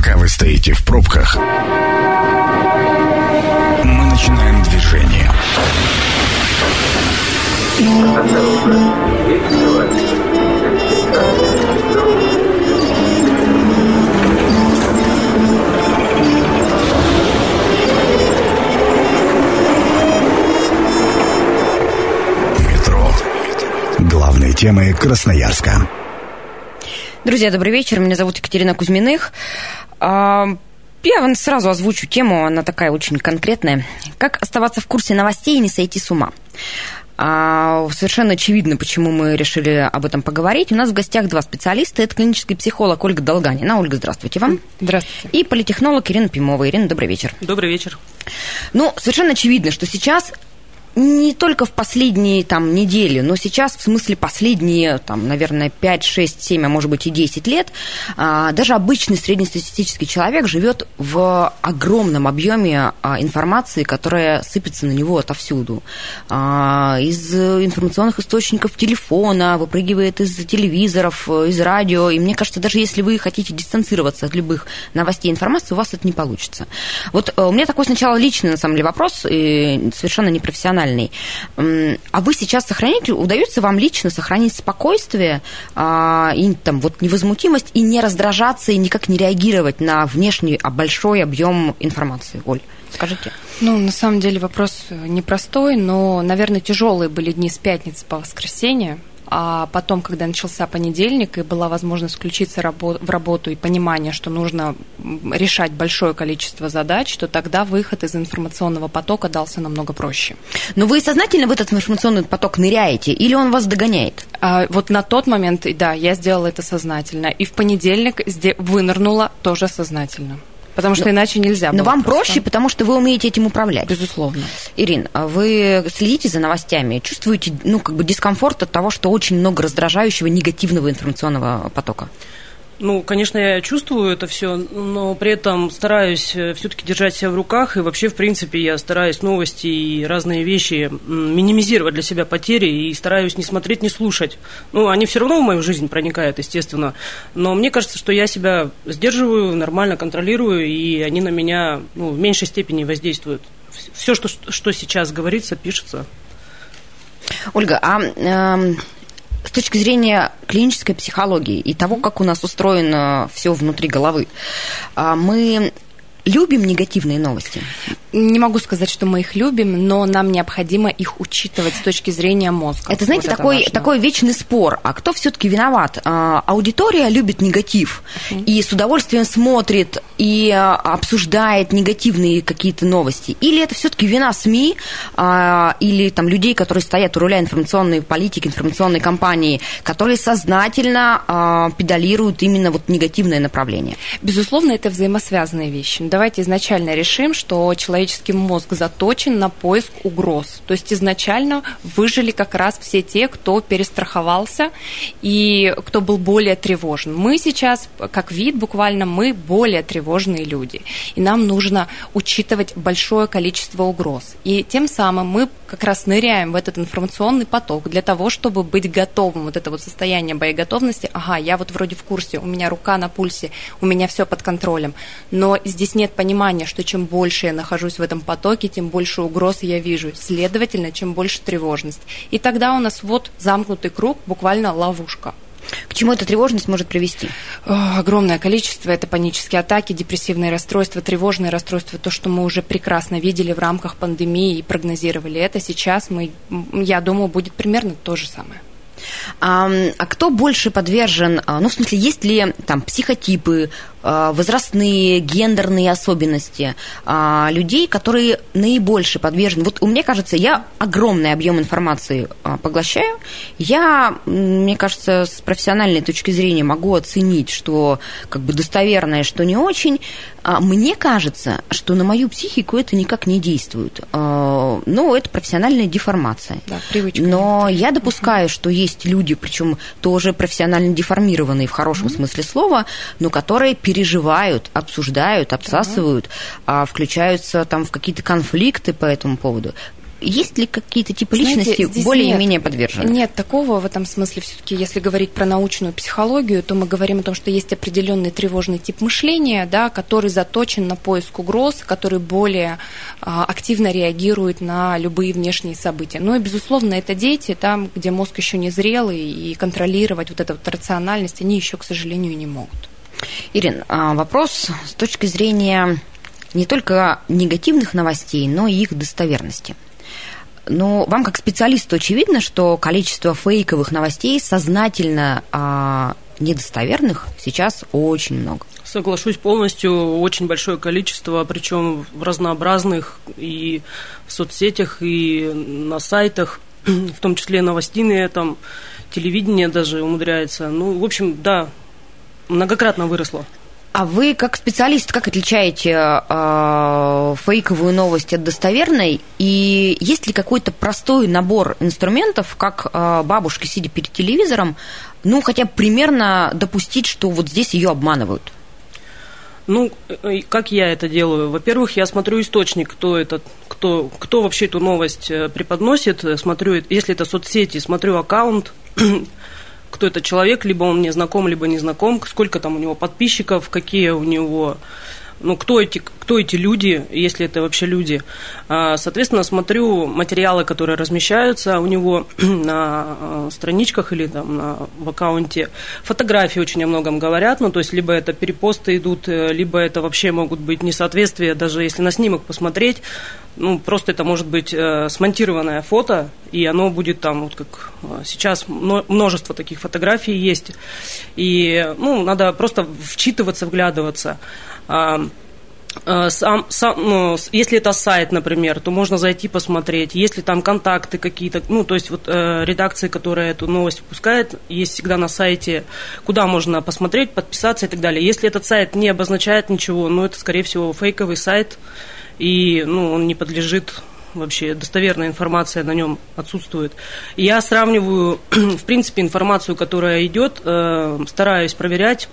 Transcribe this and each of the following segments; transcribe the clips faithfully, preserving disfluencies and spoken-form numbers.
Пока вы стоите в пробках, мы начинаем движение. Метро. Главные темы Красноярска. Друзья, добрый вечер. Меня зовут Екатерина Кузьминых. Я вам сразу озвучу тему, она такая очень конкретная. Как оставаться в курсе новостей и не сойти с ума? Совершенно очевидно, почему мы решили об этом поговорить. У нас в гостях два специалиста. Это клинический психолог Ольга Долганина. Ольга, здравствуйте вам. Здравствуйте. И политтехнолог Ирина Пимова. Ирина, добрый вечер. Добрый вечер. Ну, совершенно очевидно, что сейчас... Не только в последние там, недели, но сейчас, в смысле, последние, там, наверное, пять, шесть, семь, а может быть и десять лет, а, даже обычный среднестатистический человек живет в огромном объеме а, информации, которая сыпется на него отовсюду. А, из информационных источников телефона, выпрыгивает из телевизоров, из радио. И мне кажется, даже если вы хотите дистанцироваться от любых новостей и информации, у вас это не получится. Вот у меня такой сначала личный, на самом деле, вопрос, и совершенно непрофессиональный. А вы сейчас сохраните, удается вам лично сохранить спокойствие а, и там, вот, невозмутимость и не раздражаться, и никак не реагировать на внешний большой объем информации? Оль, скажите. Ну, на самом деле вопрос непростой, но, наверное, тяжелые были дни с пятницы по воскресенье. А потом, когда начался понедельник, и была возможность включиться в работу и понимание, что нужно решать большое количество задач, то тогда выход из информационного потока дался намного проще. Но вы сознательно в этот информационный поток ныряете, или он вас догоняет? А вот на тот момент, да, я сделала это сознательно. И в понедельник вынырнула тоже сознательно. Потому что но, иначе нельзя было. Но вам просто. проще, потому что вы умеете этим управлять. Безусловно. Ирин, вы следите за новостями, чувствуете, ну, как бы дискомфорт от того, что очень много раздражающего негативного информационного потока? Ну, конечно, я чувствую это все, но при этом стараюсь все-таки держать себя в руках, и вообще, в принципе, я стараюсь новости и разные вещи минимизировать для себя потери, и стараюсь не смотреть, не слушать. Ну, они все равно в мою жизнь проникают, естественно, но мне кажется, что я себя сдерживаю, нормально контролирую, и они на меня, ну, в меньшей степени воздействуют. Все, что, что сейчас говорится, пишется. Ольга, а... Э- С точки зрения клинической психологии и того, как у нас устроено все внутри головы, мы любим негативные новости? Не могу сказать, что мы их любим, но нам необходимо их учитывать с точки зрения мозга. Это, знаете, вот такой, это такой вечный спор. А кто все-таки виноват? Аудитория любит негатив uh-huh. и с удовольствием смотрит и обсуждает негативные какие-то новости. Или это все-таки вина СМИ или там, людей, которые стоят у руля информационной политики, информационной кампании, которые сознательно педалируют именно вот негативное направление? Безусловно, это взаимосвязанные вещи. Давайте изначально решим, что человеческий мозг заточен на поиск угроз. То есть изначально выжили как раз все те, кто перестраховался и кто был более тревожен. Мы сейчас, как вид буквально, мы более тревожные люди. И нам нужно учитывать большое количество угроз. И тем самым мы как раз ныряем в этот информационный поток для того, чтобы быть готовым. Вот это вот состояние боеготовности. Ага, я вот вроде в курсе, у меня рука на пульсе, у меня все под контролем. Но здесь нет понимания, что чем больше я нахожусь в этом потоке, тем больше угроз я вижу. Следовательно, чем больше тревожность. И тогда у нас вот замкнутый круг, буквально ловушка. К чему эта тревожность может привести? О, огромное количество. Это панические атаки, депрессивные расстройства, тревожные расстройства. То, что мы уже прекрасно видели в рамках пандемии и прогнозировали это. Сейчас, мы, я думаю, будет примерно то же самое. А, а кто больше подвержен, ну, в смысле, есть ли там психотипы, возрастные, гендерные особенности людей, которые наибольше подвержены? Вот мне кажется, я огромный объем информации поглощаю. Я, мне кажется, с профессиональной точки зрения могу оценить, что как бы достоверное, что не очень. Мне кажется, что на мою психику это никак не действует. Ну, это профессиональная деформация. Да, привычка. Но я допускаю, что есть люди, причем тоже профессионально деформированные в хорошем mm-hmm. смысле слова, но которые переживают, обсуждают, обсасывают, mm-hmm. включаются там в какие-то конфликты по этому поводу. есть ли какие-то типы Знаете, личности более-менее подвержены? Нет такого в этом смысле. Все-таки, если говорить про научную психологию, то мы говорим о том, что есть определенный тревожный тип мышления, да, который заточен на поиск угроз, который более а, активно реагирует на любые внешние события. Ну и, безусловно, это дети, там, где мозг еще не зрелый, и контролировать вот эту вот рациональность они еще, к сожалению, не могут. Ирин, вопрос с точки зрения не только негативных новостей, но и их достоверности. Но вам, как специалисту, очевидно, что количество фейковых новостей, сознательно а, недостоверных, сейчас очень много. Соглашусь полностью, очень большое количество, причем в разнообразных и в соцсетях, и на сайтах, в том числе новостные, там, телевидение даже умудряется. Ну, в общем, да, многократно выросло. А вы, как специалист, как отличаете э, фейковую новость от достоверной? И есть ли какой-то простой набор инструментов, как э, бабушке, сидя перед телевизором, ну, хотя бы примерно допустить, что вот здесь ее обманывают? Ну, как я это делаю? Во-первых, я смотрю источник, кто это, кто, кто вообще эту новость преподносит. Смотрю, если это соцсети, смотрю аккаунт, кто это человек, либо он мне знаком, либо не знаком, сколько там у него подписчиков, какие у него, ну, кто эти, кто эти люди, если это вообще люди. Соответственно, смотрю материалы, которые размещаются у него на страничках или там на, в аккаунте. Фотографии очень о многом говорят, ну, то есть либо это перепосты идут, либо это вообще могут быть несоответствия, даже если на снимок посмотреть, ну, просто это может быть э, смонтированное фото, и оно будет там, вот как сейчас множество таких фотографий есть, и, ну, надо просто вчитываться, вглядываться. А, а, сам, сам, ну, если это сайт, например, то можно зайти посмотреть, если там контакты какие-то, ну, то есть вот э, редакции, которая эту новость выпускает, есть всегда на сайте, куда можно посмотреть, подписаться и так далее. Если этот сайт не обозначает ничего, ну, это, скорее всего, фейковый сайт, и, ну, он не подлежит, вообще достоверная информация на нем отсутствует. Я сравниваю, в принципе, информацию, которая идет, э, стараюсь проверять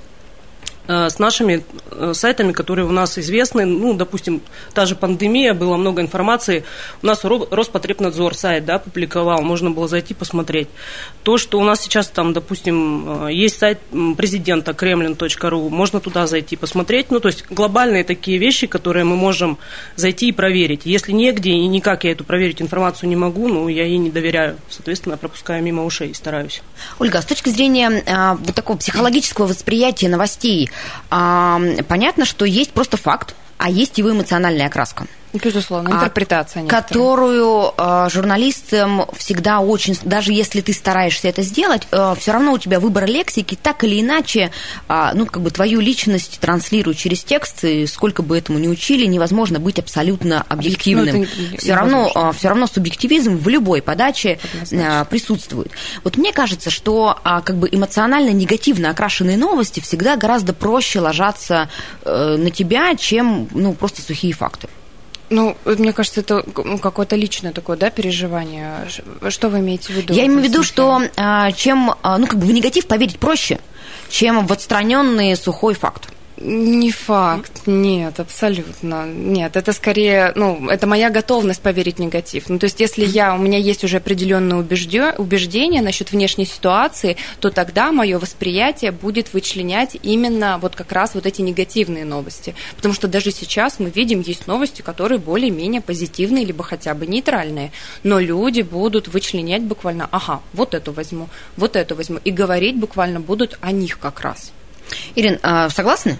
э, с нашими э, сайтами, которые у нас известны. Ну, допустим, та же пандемия, было много информации. У нас Роспотребнадзор сайт, да, публиковал, можно было зайти посмотреть. То, что у нас сейчас там, допустим, есть сайт президента кремлин точка ру, можно туда зайти посмотреть. Ну, то есть глобальные такие вещи, которые мы можем зайти и проверить. Если негде и никак я эту проверить информацию не могу, ну, я ей не доверяю. Соответственно, пропускаю мимо ушей и стараюсь. Ольга, с точки зрения а, вот такого психологического восприятия новостей, а, понятно, что есть просто факт, а есть его эмоциональная окраска. Безусловно, интерпретация. Которую э, журналистам всегда очень, даже если ты стараешься это сделать, э, все равно у тебя выбор лексики так или иначе, э, ну, как бы твою личность транслирует через текст, и сколько бы этому ни учили, невозможно быть абсолютно объективным. Ну, все равно, э, все равно субъективизм в любой подаче э, присутствует. Вот мне кажется, что э, как бы эмоционально негативно окрашенные новости всегда гораздо проще ложатся э, на тебя, чем, ну, просто сухие факты. Ну, мне кажется, это какое-то личное такое, да, переживание. Что вы имеете в виду? Я имею в виду, что чем, ну, как бы в негатив поверить проще, чем в отстраненный сухой факт. Не факт, нет, абсолютно, нет, это скорее, ну, это моя готовность поверить в негатив. Ну, то есть, если я, у меня есть уже определенные убеждения насчет внешней ситуации, то тогда мое восприятие будет вычленять именно вот как раз вот эти негативные новости. Потому что даже сейчас мы видим, есть новости, которые более-менее позитивные, либо хотя бы нейтральные, но люди будут вычленять буквально, ага, вот эту возьму, вот эту возьму, и говорить буквально будут о них как раз. Ирин, согласны?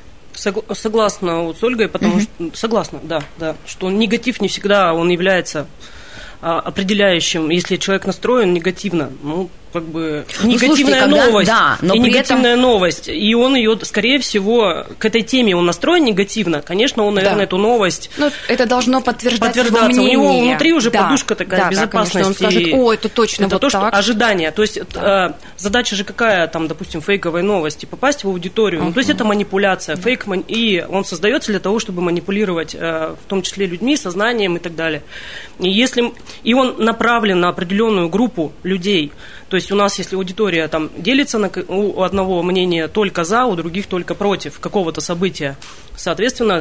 Согласна вот с Ольгой, потому mm-hmm. что согласна, да, да, что негатив не всегда он является а, определяющим, если человек настроен негативно, ну, как бы ну, негативная слушайте, когда, новость, да, но и при негативная этом... новость, и он ее, скорее всего, к этой теме он настроен негативно, конечно, он, наверное, да. эту новость... Ну, это должно подтверждать его мнение. У него внутри уже да. подушка такая да, безопасности. Да, конечно, он скажет, о, это точно это вот то, так. Что ожидание, то есть да. э, задача же какая, там, допустим, фейковой новости, попасть в аудиторию, uh-huh. ну, то есть это манипуляция, uh-huh. фейк, и он создается для того, чтобы манипулировать, э, в том числе людьми, сознанием и так далее. И, если, и он направлен на определенную группу людей. То есть у нас, если аудитория там делится на, у одного мнения только за, у других только против какого-то события, соответственно,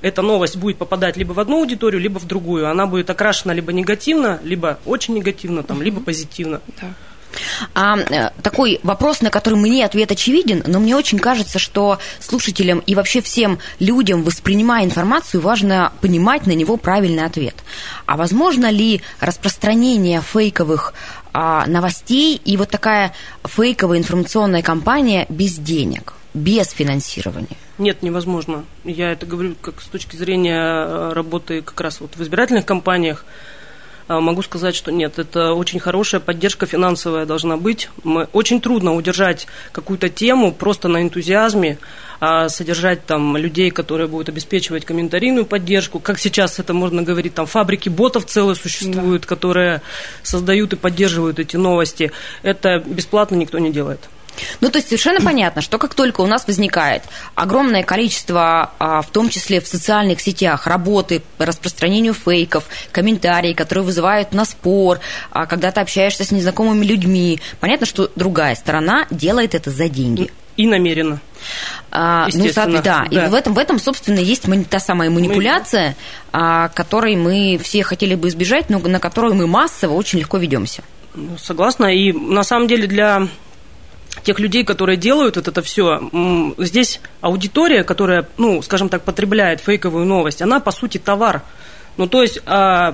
эта новость будет попадать либо в одну аудиторию, либо в другую. Она будет окрашена либо негативно, либо очень негативно, там, либо позитивно. Да. А, такой вопрос, на который мне ответ очевиден, но мне очень кажется, что слушателям и вообще всем людям, воспринимая информацию, важно понимать на него правильный ответ. А возможно ли распространение фейковых а, новостей и вот такая фейковая информационная кампания без денег, без финансирования? Нет, невозможно. Я это говорю как с точки зрения работы как раз вот в избирательных кампаниях. Могу сказать, что нет, это очень хорошая поддержка финансовая должна быть. Очень трудно удержать какую-то тему просто на энтузиазме, а содержать там людей, которые будут обеспечивать комментарийную поддержку. Как сейчас это можно говорить, там фабрики ботов целые существуют, да, которые создают и поддерживают эти новости. Это бесплатно никто не делает. Ну, то есть совершенно понятно, что как только у нас возникает огромное количество, в том числе в социальных сетях, работы по распространению фейков, комментарии, которые вызывают на спор, когда ты общаешься с незнакомыми людьми, понятно, что другая сторона делает это за деньги. И намеренно. А, ну, да, да. И в этом, в этом, собственно, есть та самая манипуляция, мы... которой мы все хотели бы избежать, но на которую мы массово очень легко ведемся. Согласна. И на самом деле для тех людей, которые делают это, это все, здесь аудитория, которая, ну, скажем так, потребляет фейковую новость, она, по сути, товар. Ну, то есть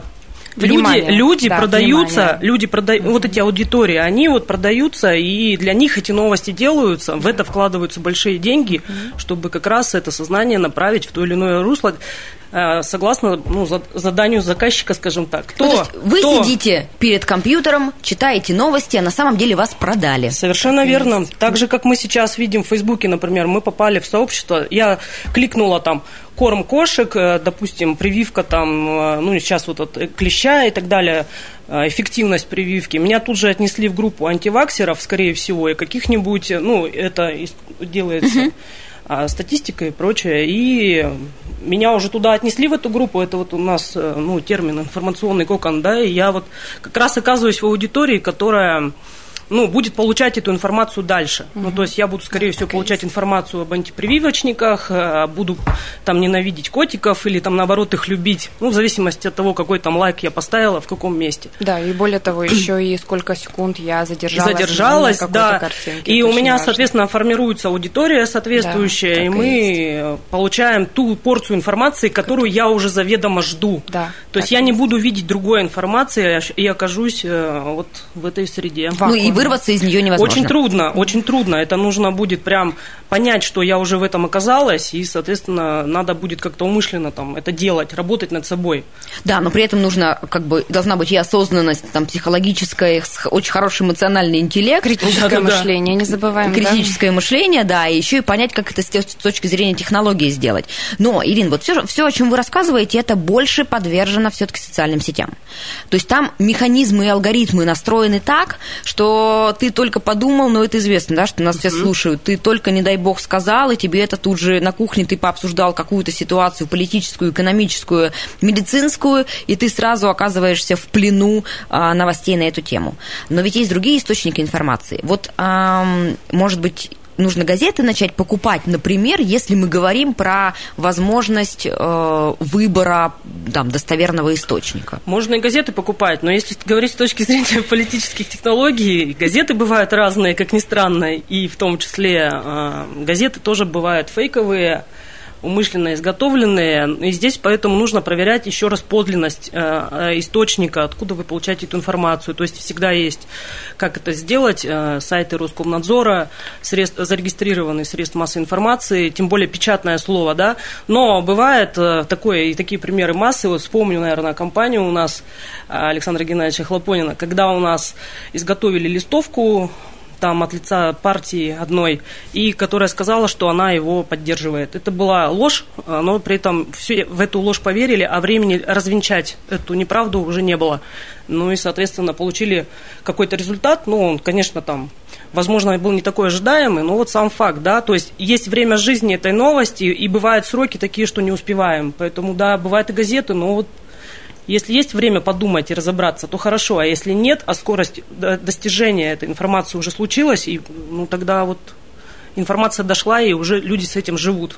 люди, люди да, продаются, внимание. люди продают, mm-hmm. вот эти аудитории, они вот продаются, и для них эти новости делаются, в это вкладываются большие деньги, mm-hmm. чтобы как раз это сознание направить в то или иное русло, согласно ну, заданию заказчика, скажем так. Кто, ну, то есть вы кто... сидите перед компьютером, читаете новости, а на самом деле вас продали. Совершенно верно. Так же, как мы сейчас видим в Фейсбуке, например, мы попали в сообщество, я кликнула там корм кошек, допустим, прививка там, ну, сейчас вот от клеща и так далее, эффективность прививки. Меня тут же отнесли в группу антиваксеров, скорее всего, и каких-нибудь, ну, это делается... Uh-huh. статистика и прочее, и меня уже туда отнесли, в эту группу, это вот у нас, ну, термин информационный кокон, да, и я вот как раз оказываюсь в аудитории, которая, ну, будет получать эту информацию дальше. Mm-hmm. Ну, то есть я буду, скорее всего, получать информацию об антипрививочниках, буду там ненавидеть котиков или там, наоборот, их любить, ну, в зависимости от того, какой там лайк я поставила, в каком месте. Да, и более того, еще и сколько секунд я задержалась. Задержалась, да. Картинке. И у меня, важно. соответственно, формируется аудитория соответствующая, да, и мы и получаем ту порцию информации, которую как... я уже заведомо жду. Да, то есть я не буду видеть другой информации и окажусь вот в этой среде. Ну, и вырваться из нее невозможно. Очень трудно, очень трудно. Это нужно будет прям понять, что я уже в этом оказалась, и, соответственно, надо будет как-то умышленно там это делать, работать над собой. Да, но при этом нужно, как бы, должна быть и осознанность, там, психологическая, очень хороший эмоциональный интеллект. Критическое да, мышление, да. не забываем. Критическое да? мышление, да, и еще и понять, как это с точки зрения технологии сделать. Но, Ирина, вот все, все, о чем вы рассказываете, это больше подвержено все-таки социальным сетям. То есть там механизмы и алгоритмы настроены так, что ты только подумал, но это известно, да, что нас все слушают, ты только, не дай бог, сказал, и тебе это тут же на кухне ты пообсуждал какую-то ситуацию политическую, экономическую, медицинскую, и ты сразу оказываешься в плену а, новостей на эту тему. Но ведь есть другие источники информации. Вот, а, может быть, нужно газеты начать покупать, например, если мы говорим про возможность э, выбора там, достоверного источника. Можно и газеты покупать, но если говорить с точки зрения политических технологий, газеты бывают разные, как ни странно, и в том числе э, газеты тоже бывают фейковые, умышленно изготовленные, и здесь поэтому нужно проверять еще раз подлинность э, источника, откуда вы получаете эту информацию. То есть всегда есть, как это сделать, э, сайты Роскомнадзора, средств, зарегистрированные средства массовой информации, тем более печатное слово, да, но бывает э, такое, и такие примеры массы, вот вспомню, наверное, компанию у нас Александра Геннадьевича Хлопонина, когда у нас изготовили листовку, там от лица партии одной, и которая сказала, что она его поддерживает. Это была ложь, но при этом все в эту ложь поверили, а времени развенчать эту неправду уже не было. Ну и, соответственно, получили какой-то результат. Ну, он, конечно, там, возможно, был не такой ожидаемый, но вот сам факт, да, то есть есть время жизни этой новости, и бывают сроки такие, что не успеваем. Поэтому, да, бывают и газеты, но вот если есть время подумать и разобраться, то хорошо, а если нет, а скорость достижения этой информации уже случилась, и, ну, тогда вот информация дошла, и уже люди с этим живут.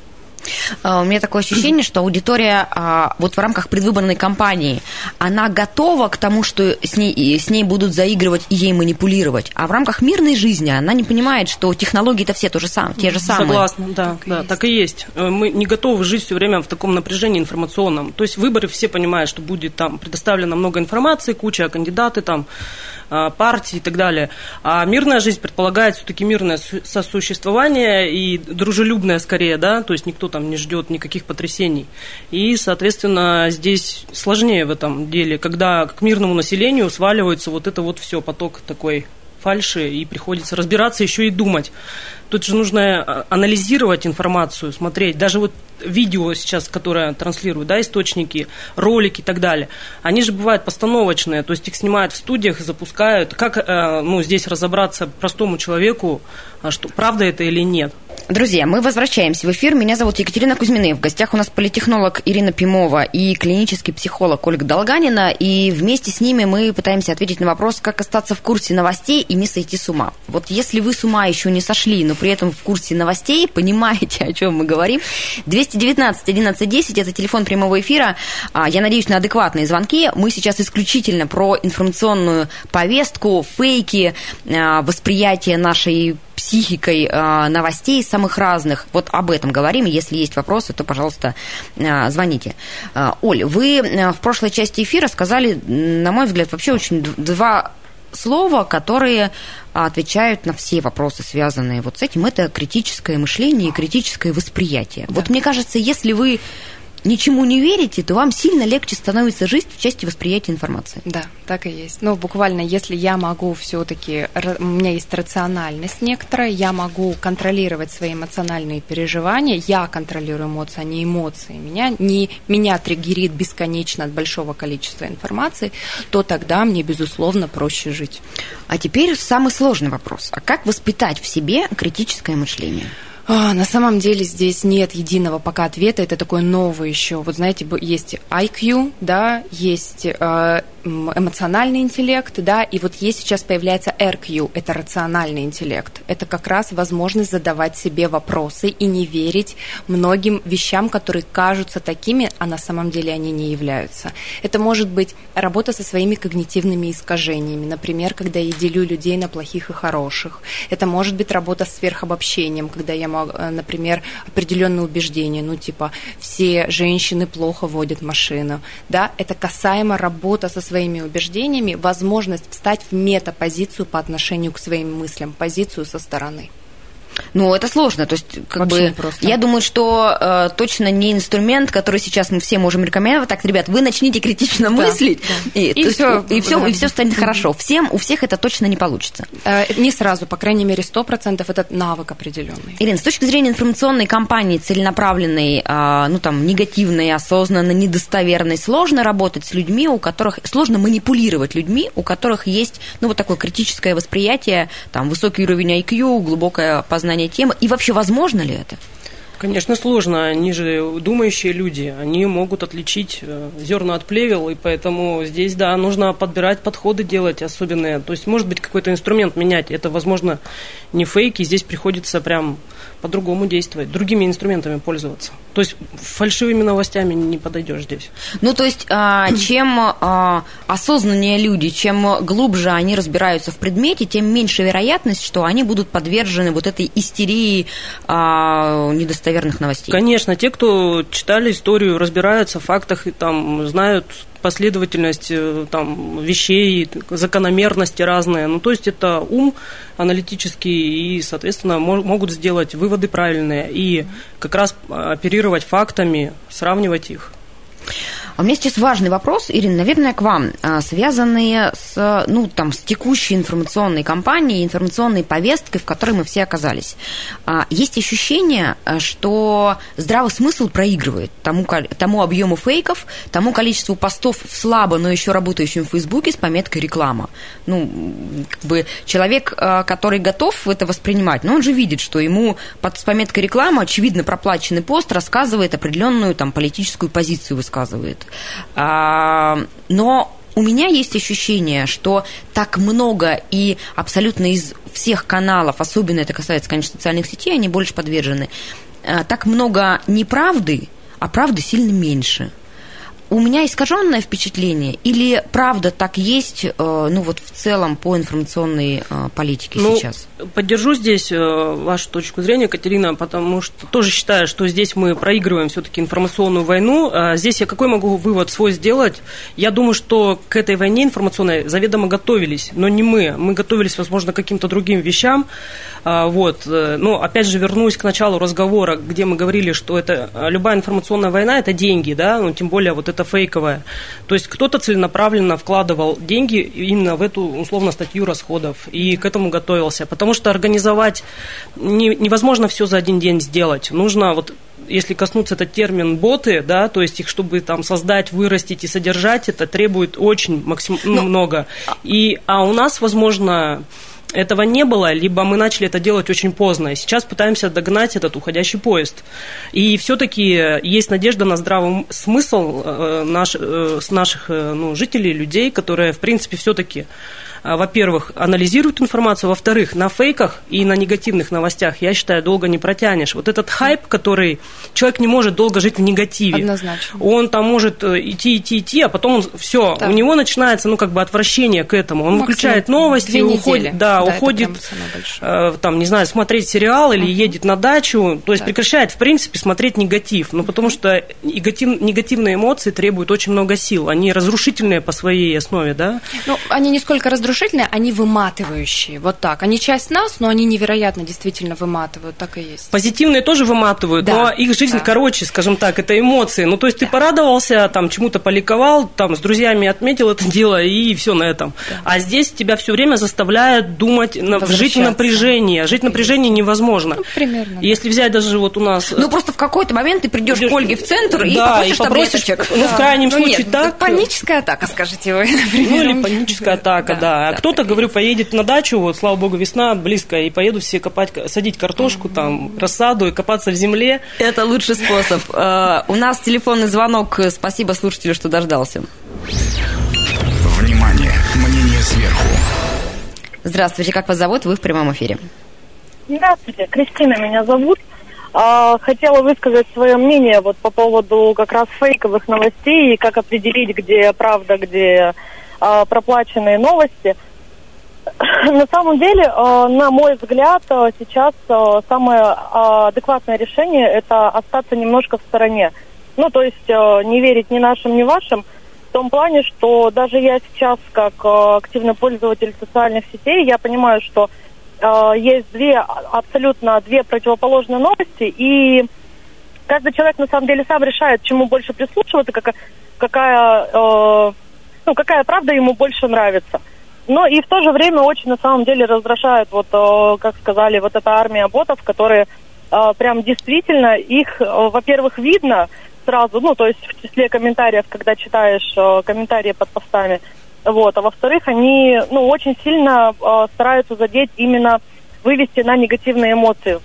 У меня такое ощущение, что аудитория вот в рамках предвыборной кампании, она готова к тому, что с ней, с ней будут заигрывать и ей манипулировать, а в рамках мирной жизни она не понимает, что технологии-то все то же сам, те же самые. Согласна, да, так, да и так и есть. Мы не готовы жить все время в таком напряжении информационном. То есть выборы все понимают, что будет там предоставлено много информации, куча кандидаты там, партий и так далее. А мирная жизнь предполагает все-таки мирное сосуществование и дружелюбное скорее, да, то есть никто там не ждет никаких потрясений. И, соответственно, здесь сложнее в этом деле, когда к мирному населению сваливается вот это вот все, поток такой фальши, и приходится разбираться, еще и думать. Тут же нужно анализировать информацию, смотреть. Даже вот видео сейчас, которое транслируют, да, источники, ролики и так далее, они же бывают постановочные, то есть их снимают в студиях и запускают. Как ну, здесь разобраться простому человеку, что правда это или нет? Друзья, мы возвращаемся в эфир. Меня зовут Екатерина Кузьминых. В гостях у нас политтехнолог Ирина Пимова и клинический психолог Ольга Долганина. И вместе с ними мы пытаемся ответить на вопрос, как остаться в курсе новостей и не сойти с ума. Вот если вы с ума еще не сошли, но при этом в курсе новостей, понимаете, о чем мы говорим, двести девятнадцать одиннадцать десять – это телефон прямого эфира. Я надеюсь на адекватные звонки. Мы сейчас исключительно про информационную повестку, фейки, восприятие нашей психикой новостей самых разных. Вот об этом говорим. Если есть вопросы, то, пожалуйста, звоните. Оль, вы в прошлой части эфира сказали, на мой взгляд, вообще очень два слова, которые отвечают на все вопросы, связанные вот с этим. Это критическое мышление и критическое восприятие. Да. Вот мне кажется, если вы ничему не верите, то вам сильно легче становится жить в части восприятия информации. Да, так и есть. Ну, буквально, если я могу все-таки, у меня есть рациональность некоторая, я могу контролировать свои эмоциональные переживания, я контролирую эмоции, а не эмоции. Меня, не, меня триггерит бесконечно от большого количества информации, то тогда мне, безусловно, проще жить. А теперь самый сложный вопрос. А как воспитать в себе критическое мышление? А, на самом деле здесь нет единого пока ответа, это такое новое еще. Вот знаете, есть ай кью, да, есть э, эмоциональный интеллект, да, и вот есть сейчас появляется эр кью, это рациональный интеллект. Это как раз возможность задавать себе вопросы и не верить многим вещам, которые кажутся такими, а на самом деле они не являются. Это может быть работа со своими когнитивными искажениями, например, когда я делю людей на плохих и хороших. Это может быть работа с сверхобобщением, когда я например, определенные убеждения, ну, типа, все женщины плохо водят машину, да, это касаемо работы со своими убеждениями, возможность встать в метапозицию по отношению к своим мыслям, позицию со стороны. Ну, это сложно, то есть, как Вообще бы, непросто. Я думаю, что э, точно не инструмент, который сейчас мы все можем рекомендовать. Так, ребят, вы начните критично да, мыслить, да. И, и, все, и, все, да. и все станет хорошо. Всем, у всех это точно не получится. Э, не сразу, по крайней мере, сто процентов это навык определенный. Ирина, с точки зрения информационной кампании, целенаправленной, э, ну, там, негативной, осознанно, недостоверной, сложно работать с людьми, у которых, сложно манипулировать людьми, у которых есть, ну, вот такое критическое восприятие, там, высокий уровень ай кью, глубокое познание знание темы, и вообще возможно ли это? Конечно, сложно. Они же думающие люди, они могут отличить зерна от плевел, и поэтому здесь, да, нужно подбирать подходы, делать особенные. То есть, может быть, какой-то инструмент менять. Это, возможно, не фейки, здесь приходится прям по-другому действовать, другими инструментами пользоваться. То есть фальшивыми новостями не подойдешь здесь. Ну, то есть, чем осознаннее люди, чем глубже они разбираются в предмете, тем меньше вероятность, что они будут подвержены вот этой истерии недостоверных новостей. Конечно, те, кто читали историю, разбираются в фактах и там знают последовательность там, вещей, закономерности разные. Ну, то есть это ум аналитический, и, соответственно, могут сделать выводы правильные и как раз оперировать фактами, сравнивать их. У меня сейчас важный вопрос, Ирина, наверное, к вам, связанный с, ну, там, с текущей информационной кампанией, информационной повесткой, в которой мы все оказались. Есть ощущение, что здравый смысл проигрывает тому, тому объему фейков, тому количеству постов в слабо, но еще работающем в Фейсбуке с пометкой «реклама». Ну, как бы человек, который готов это воспринимать, но он же видит, что ему под, с пометкой «реклама» очевидно проплаченный пост рассказывает определенную там политическую позицию, высказывает. Но у меня есть ощущение, что так много и абсолютно из всех каналов, особенно это касается, конечно, социальных сетей, они больше подвержены, так много неправды, а правды сильно меньше. У меня искаженное впечатление или правда так есть, ну вот в целом по информационной политике ну, сейчас? Поддержу здесь вашу точку зрения, Катерина, потому что тоже считаю, что здесь мы проигрываем все-таки информационную войну. Здесь я какой могу вывод свой сделать? Я думаю, что к этой войне информационной заведомо готовились, но не мы. Мы готовились, возможно, к каким-то другим вещам. Вот. Но опять же вернусь к началу разговора, где мы говорили, что это любая информационная война – это деньги, да, ну, тем более вот это фейковое. То есть кто-то целенаправленно вкладывал деньги именно в эту, условно, статью расходов и к этому готовился. Потому что организовать не, невозможно все за один день сделать. Нужно, вот, если коснуться этот термин боты, да, то есть их, чтобы там создать, вырастить и содержать, это требует очень максим... ну, много. И, а у нас, возможно... этого не было, либо мы начали это делать очень поздно. И сейчас пытаемся догнать этот уходящий поезд. И все-таки есть надежда на здравый смысл наш, наших ну, жителей, людей, которые, в принципе, все-таки, во-первых, анализируют информацию, во-вторых, на фейках и на негативных новостях, я считаю, долго не протянешь. Вот этот хайп, который... Человек не может долго жить в негативе. Однозначно. Он там может идти, идти, идти, а потом он, все, да. у него начинается, ну, как бы отвращение к этому. Он Максимум выключает новости, уходит, да, да, уходит, э, там, не знаю, смотреть сериал или uh-huh. едет на дачу, то есть да. прекращает, в принципе, смотреть негатив. Ну, потому что негатив, негативные эмоции требуют очень много сил. Они разрушительные по своей основе, да? Ну, они не сколько разрушительные, они выматывающие, вот так. Они часть нас, но они невероятно действительно выматывают, так и есть. Позитивные тоже выматывают, да. но их жизнь да. короче, скажем так, это эмоции. Ну, то есть да. ты порадовался, там, чему-то поликовал, там, с друзьями отметил это дело, и все на этом. Да. А здесь тебя все время заставляют думать, жить в напряжении. А жить в напряжении невозможно. Ну, примерно. Если взять даже вот у нас... Ну, просто в какой-то момент ты придешь к Ольге в центр и да, попросишь и попросишь, таблеточек. Ну, да. в крайнем ну, случае нет, так. Паническая атака, скажете вы, например. Ну, или паническая атака, да. да. А да, кто-то, говорю, поедет на дачу, вот, слава богу, весна близко, и поеду все копать, садить картошку, mm-hmm. там, рассаду и копаться в земле. Это лучший способ. У нас телефонный звонок. Спасибо слушателю, что дождался. Внимание! Мнение сверху. Здравствуйте, как вас зовут? Вы в прямом эфире. Здравствуйте, Кристина меня зовут. Хотела высказать свое мнение вот по поводу как раз фейковых новостей и как определить, где правда, где проплаченные новости. На самом деле, на мой взгляд, сейчас самое адекватное решение – это остаться немножко в стороне. Ну, то есть не верить ни нашим, ни вашим, в том плане, что даже я сейчас, как активный пользователь социальных сетей, я понимаю, что есть две, абсолютно две противоположные новости, и каждый человек, на самом деле, сам решает, чему больше прислушиваться, какая, какая, ну, какая правда ему больше нравится. Но и в то же время очень, на самом деле, раздражает, вот, как сказали, вот эта армия ботов, которые прям действительно, их, во-первых, видно сразу, ну, то есть в числе комментариев, когда читаешь комментарии под постами, вот, а во-вторых, они, ну, очень сильно стараются задеть, именно вывести на негативные эмоции.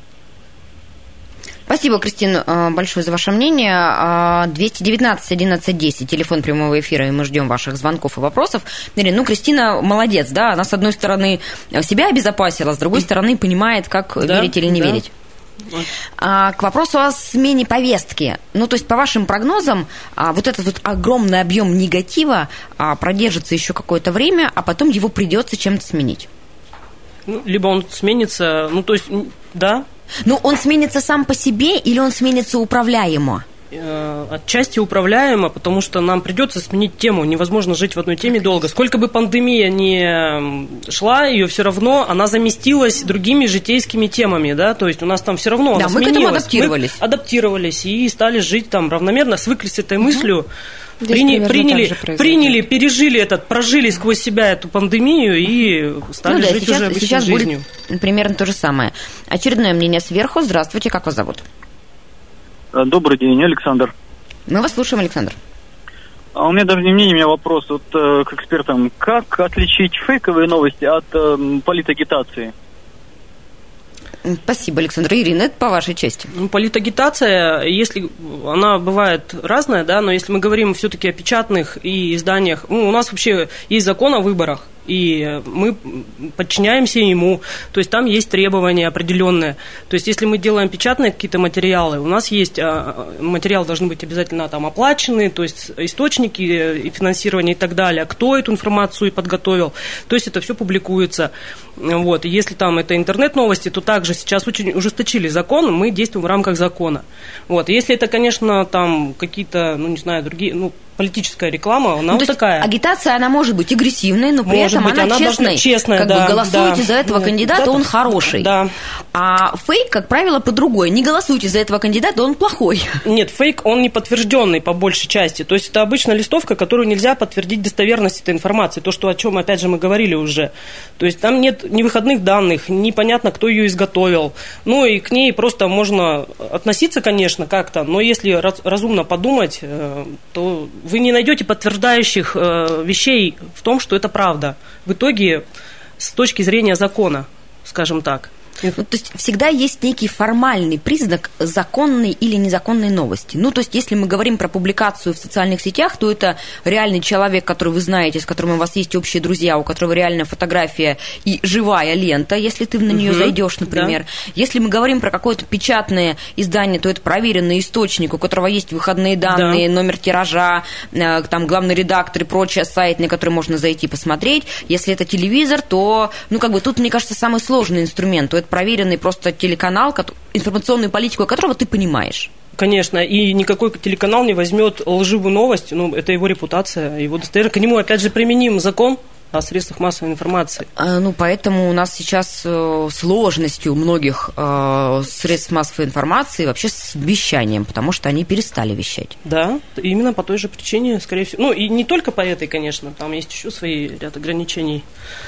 Спасибо, Кристина, большое за ваше мнение. двести девятнадцать одиннадцать десять, телефон прямого эфира, и мы ждем ваших звонков и вопросов. Ну, Кристина молодец, да, она, с одной стороны, себя обезопасила, с другой стороны, понимает, как да, верить или не да. верить. А, к вопросу о смене повестки. Ну, то есть, по вашим прогнозам, а, вот этот вот огромный объем негатива а, продержится еще какое-то время, а потом его придется чем-то сменить. Ну, либо он сменится, ну, то есть, да. Ну, он сменится сам по себе или он сменится управляемо? Отчасти управляемо, потому что нам придется сменить тему. Невозможно жить в одной теме долго. Сколько бы пандемия ни шла, ее все равно она заместилась другими житейскими темами, да, то есть у нас там все равно да, она мы сменилась. к этому адаптировались. Мы адаптировались и стали жить там равномерно, свыклись с этой мыслью. Прини, приняли, приняли, пережили этот, прожили сквозь себя эту пандемию и стали ну, да, жить сейчас, уже обычной сейчас жизнью. Будет примерно то же самое. Очередное мнение сверху. Здравствуйте, как вас зовут? Добрый день, Александр. Мы вас слушаем, Александр. А у меня даже не мнение, у меня вопрос вот, э, к экспертам. Как отличить фейковые новости от э, политагитации? Спасибо, Александр. Ирина, это по вашей части. Ну, политагитация, если она бывает разная, да, но если мы говорим все-таки о печатных и изданиях, ну, у нас вообще есть закон о выборах, и мы подчиняемся ему. То есть там есть требования определенные. То есть если мы делаем печатные какие-то материалы, у нас есть материалы должны быть обязательно там оплачены, то есть источники и финансирование и так далее, кто эту информацию подготовил. То есть это все публикуется. Вот. И если там это интернет-новости, то также сейчас очень ужесточили закон, мы действуем в рамках закона. Вот. Если это, конечно, там какие-то, ну, не знаю, другие, ну, политическая реклама, она ну, вот такая. Агитация, она может быть агрессивной, но при может этом быть, она, она честная. честная как да, бы голосуйте да. за этого ну, кандидата, да, он хороший. Да. А фейк, как правило, по-другой. Не голосуйте за этого кандидата, он плохой. Нет, фейк, он не подтвержденный по большей части. То есть это обычно листовка, которую нельзя подтвердить достоверность этой информации. То, что, о чем, опять же, мы говорили уже. То есть там нет ни выходных данных, непонятно, кто ее изготовил. Ну и к ней просто можно относиться, конечно, как-то, но если раз, разумно подумать, то вы не найдете подтверждающих э, вещей в том, что это правда. В итоге, с точки зрения закона, скажем так. Ну, то есть всегда есть некий формальный признак законной или незаконной новости. Ну, то есть если мы говорим про публикацию в социальных сетях, то это реальный человек, который вы знаете, с которым у вас есть общие друзья, у которого реальная фотография и живая лента, если ты на нее угу, зайдешь, например. Да. Если мы говорим про какое-то печатное издание, то это проверенный источник, у которого есть выходные данные, да. номер тиража, там главный редактор и прочее, сайт, на который можно зайти посмотреть. Если это телевизор, то, ну, как бы тут, мне кажется, самый сложный инструмент. То это проверенный просто телеканал, информационную политику которого ты понимаешь. Конечно, и никакой телеканал не возьмет лживую новость, ну, это его репутация, его достоверность. К нему, опять же, применим закон о средствах массовой информации. А, ну, поэтому у нас сейчас э, сложности у многих э, средств массовой информации вообще с вещанием, потому что они перестали вещать. Да, именно по той же причине, скорее всего. Ну, и не только по этой, конечно, там есть еще свои ряд ограничений.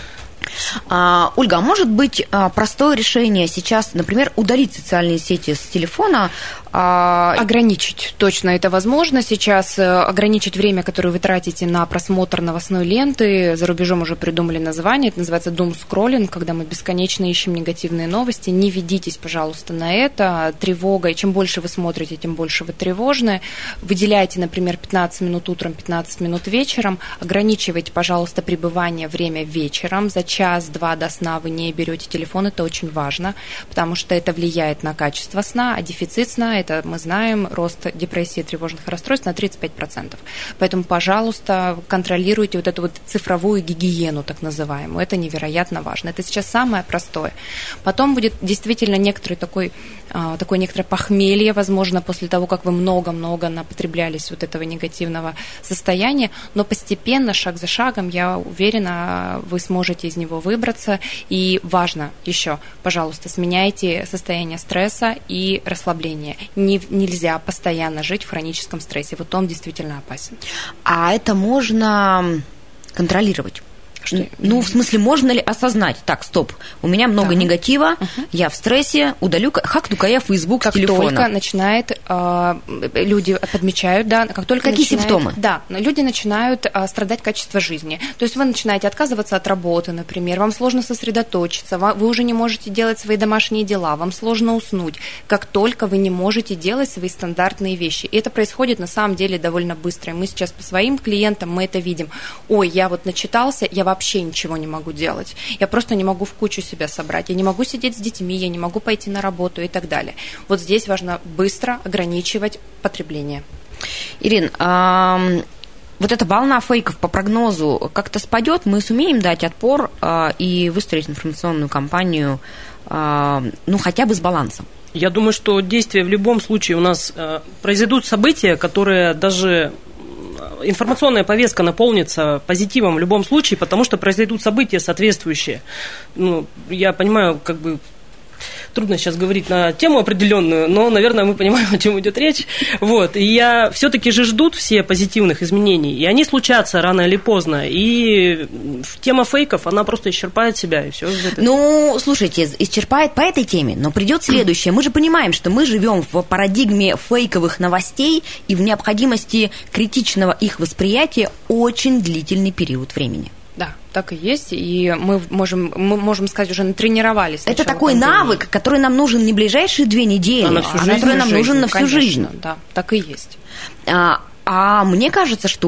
А, Ольга, а может быть простое решение сейчас, например, удалить социальные сети с телефона? А... Ограничить, точно это возможно сейчас. Ограничить время, которое вы тратите на просмотр новостной ленты. За рубежом уже придумали название, это называется doom-scrolling, когда мы бесконечно ищем негативные новости. Не ведитесь, пожалуйста, на это. Тревога, и чем больше вы смотрите, тем больше вы тревожны. Выделяйте, например, пятнадцать минут утром, пятнадцать минут вечером. Ограничивайте, пожалуйста, пребывание время вечером. За час-два до сна вы не берете телефон, это очень важно, потому что это влияет на качество сна, а дефицит сна, это мы знаем, рост депрессии и тревожных расстройств на тридцать пять процентов. Поэтому, пожалуйста, контролируйте вот эту вот цифровую гигиену, так называемую. Это невероятно важно. Это сейчас самое простое. Потом будет действительно некоторый такой, такое некоторое похмелье, возможно, после того, как вы много-много напотреблялись вот этого негативного состояния, но постепенно, шаг за шагом, я уверена, вы сможете из него выбраться. И важно еще, пожалуйста, сменяйте состояние стресса и расслабления. Не, нельзя постоянно жить в хроническом стрессе. Вот он действительно опасен. А это можно контролировать? Что? Ну, в смысле, можно ли осознать? Так, стоп, у меня много да. негатива, uh-huh. я в стрессе, удалю, хакну-ка я Facebook с телефона. Как только начинает, э, люди подмечают, да, как только Какие начинает, симптомы? Да, люди начинают э, страдать качество жизни. То есть вы начинаете отказываться от работы, например, вам сложно сосредоточиться, вы уже не можете делать свои домашние дела, вам сложно уснуть, как только вы не можете делать свои стандартные вещи. И это происходит на самом деле довольно быстро. И мы сейчас по своим клиентам мы это видим. Ой, я вот начитался, я вообще ничего не могу делать. Я просто не могу в кучу себя собрать. Я не могу сидеть с детьми, я не могу пойти на работу и так далее. Вот здесь важно быстро ограничивать потребление. Ирин, а... вот эта волна фейков по прогнозу как-то спадет, мы сумеем дать отпор а, и выстроить информационную кампанию, а, ну, хотя бы с балансом? Я думаю, что действия в любом случае у нас а, произойдут события, которые даже... информационная повестка наполнится позитивом в любом случае, потому что произойдут события соответствующие. Ну, я понимаю, как бы трудно сейчас говорить на тему определенную, но, наверное, мы понимаем, о чем идет речь. Вот. И я все-таки же ждут все позитивных изменений, и они случатся рано или поздно. И тема фейков, она просто исчерпает себя, и все. Ну, слушайте, исчерпает по этой теме, но придет следующее. Мы же понимаем, что мы живем в парадигме фейковых новостей и в необходимости критичного их восприятия очень длительный период времени. Да, так и есть, и мы можем, мы можем сказать, уже натренировались. Это такой пандемии. Навык, который нам нужен не ближайшие две недели, а, на всю а жизнь, который нам жизнь, нужен на всю конечно, жизнь. Да, так и есть. А, а мне кажется, что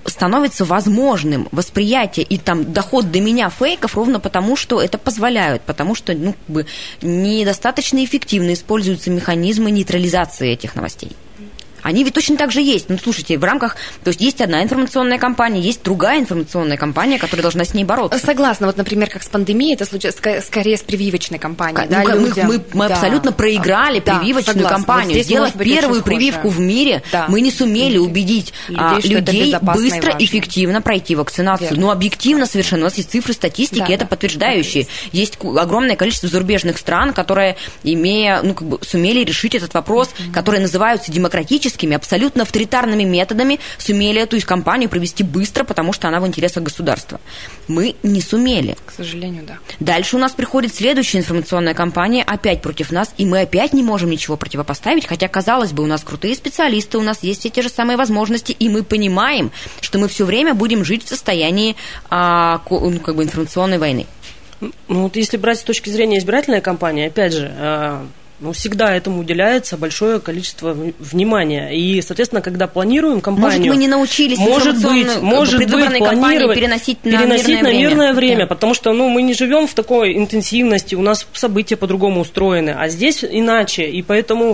становится возможным восприятие и там доход до меня фейков ровно потому, что это позволяют, потому что ну, как бы недостаточно эффективно используются механизмы нейтрализации этих новостей. Они ведь точно так же есть. Ну, слушайте, в рамках... То есть есть одна информационная кампания, есть другая информационная кампания, которая должна с ней бороться. Согласна. Вот, например, как с пандемией, это случилось скорее с прививочной кампанией. Ну, да, мы, людям... мы, мы да. абсолютно проиграли да, прививочную согласна. кампанию. Вот Сделав первую прививку в мире, да. мы не сумели убедить людей, людей быстро, и эффективно пройти вакцинацию. Верно. Но объективно совершенно. У нас есть цифры статистики, да, это да. подтверждающие. Да, есть огромное количество зарубежных стран, которые, имея, ну, как бы, сумели решить этот вопрос, mm-hmm. которые называются демократическими, абсолютно авторитарными методами сумели эту кампанию провести быстро, потому что она в интересах государства. Мы не сумели. К сожалению, да. Дальше у нас приходит следующая информационная кампания опять против нас, и мы опять не можем ничего противопоставить, хотя, казалось бы, у нас крутые специалисты, у нас есть все те же самые возможности, и мы понимаем, что мы все время будем жить в состоянии а, как бы информационной войны. Ну, вот если брать с точки зрения избирательной кампании, опять же, а... Ну, всегда этому уделяется большое количество внимания. И, соответственно, когда планируем кампанию... Может, мы не научились может быть, может предвыборной быть, кампании переносить на переносить мирное на время. мирное время, да. потому что ну, мы не живем в такой интенсивности, у нас события по-другому устроены, а здесь иначе. И поэтому,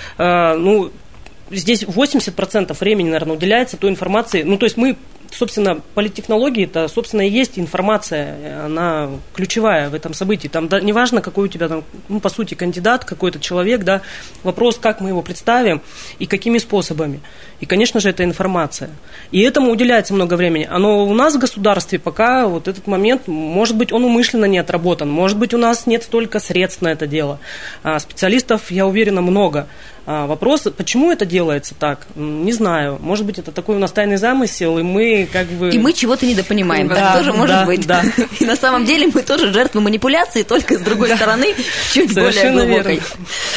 э, ну, здесь восемьдесят процентов времени, наверное, уделяется той информации. Ну, то есть мы... Собственно, политтехнологии, это, собственно, и есть информация, она ключевая в этом событии. Там да, неважно, какой у тебя, там, ну, по сути, кандидат, какой-то человек, да, вопрос, как мы его представим и какими способами. И, конечно же, это информация. И этому уделяется много времени. Но у нас в государстве пока вот этот момент, может быть, он умышленно не отработан, может быть, у нас нет столько средств на это дело. А специалистов, я уверена, много. А вопрос, почему это делается так, не знаю. Может быть, это такой у нас тайный замысел, и мы как бы... И мы чего-то недопонимаем, да, так тоже да, может быть. Да. И на самом деле мы тоже жертвы манипуляции, только с другой да. стороны, чуть Совершенно более глубокой.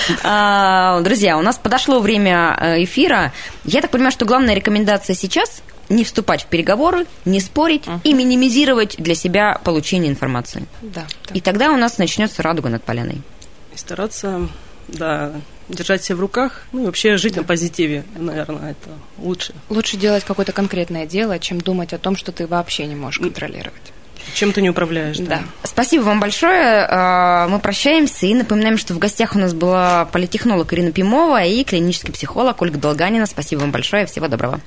А, друзья, у нас подошло время эфира. Я так понимаю, что главная рекомендация сейчас – не вступать в переговоры, не спорить uh-huh. и минимизировать для себя получение информации. Да, да. И тогда у нас начнется радуга над поляной. И стараться, да... держать себя в руках, ну и вообще жить да. на позитиве, наверное, это лучше. Лучше делать какое-то конкретное дело, чем думать о том, что ты вообще не можешь контролировать. Чем ты не управляешь. Да. Да. Спасибо вам большое. Мы прощаемся и напоминаем, что в гостях у нас была политтехнолог Ирина Пимова и клинический психолог Ольга Долганина. Спасибо вам большое. Всего доброго.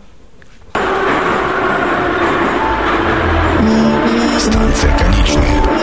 Станция конечная.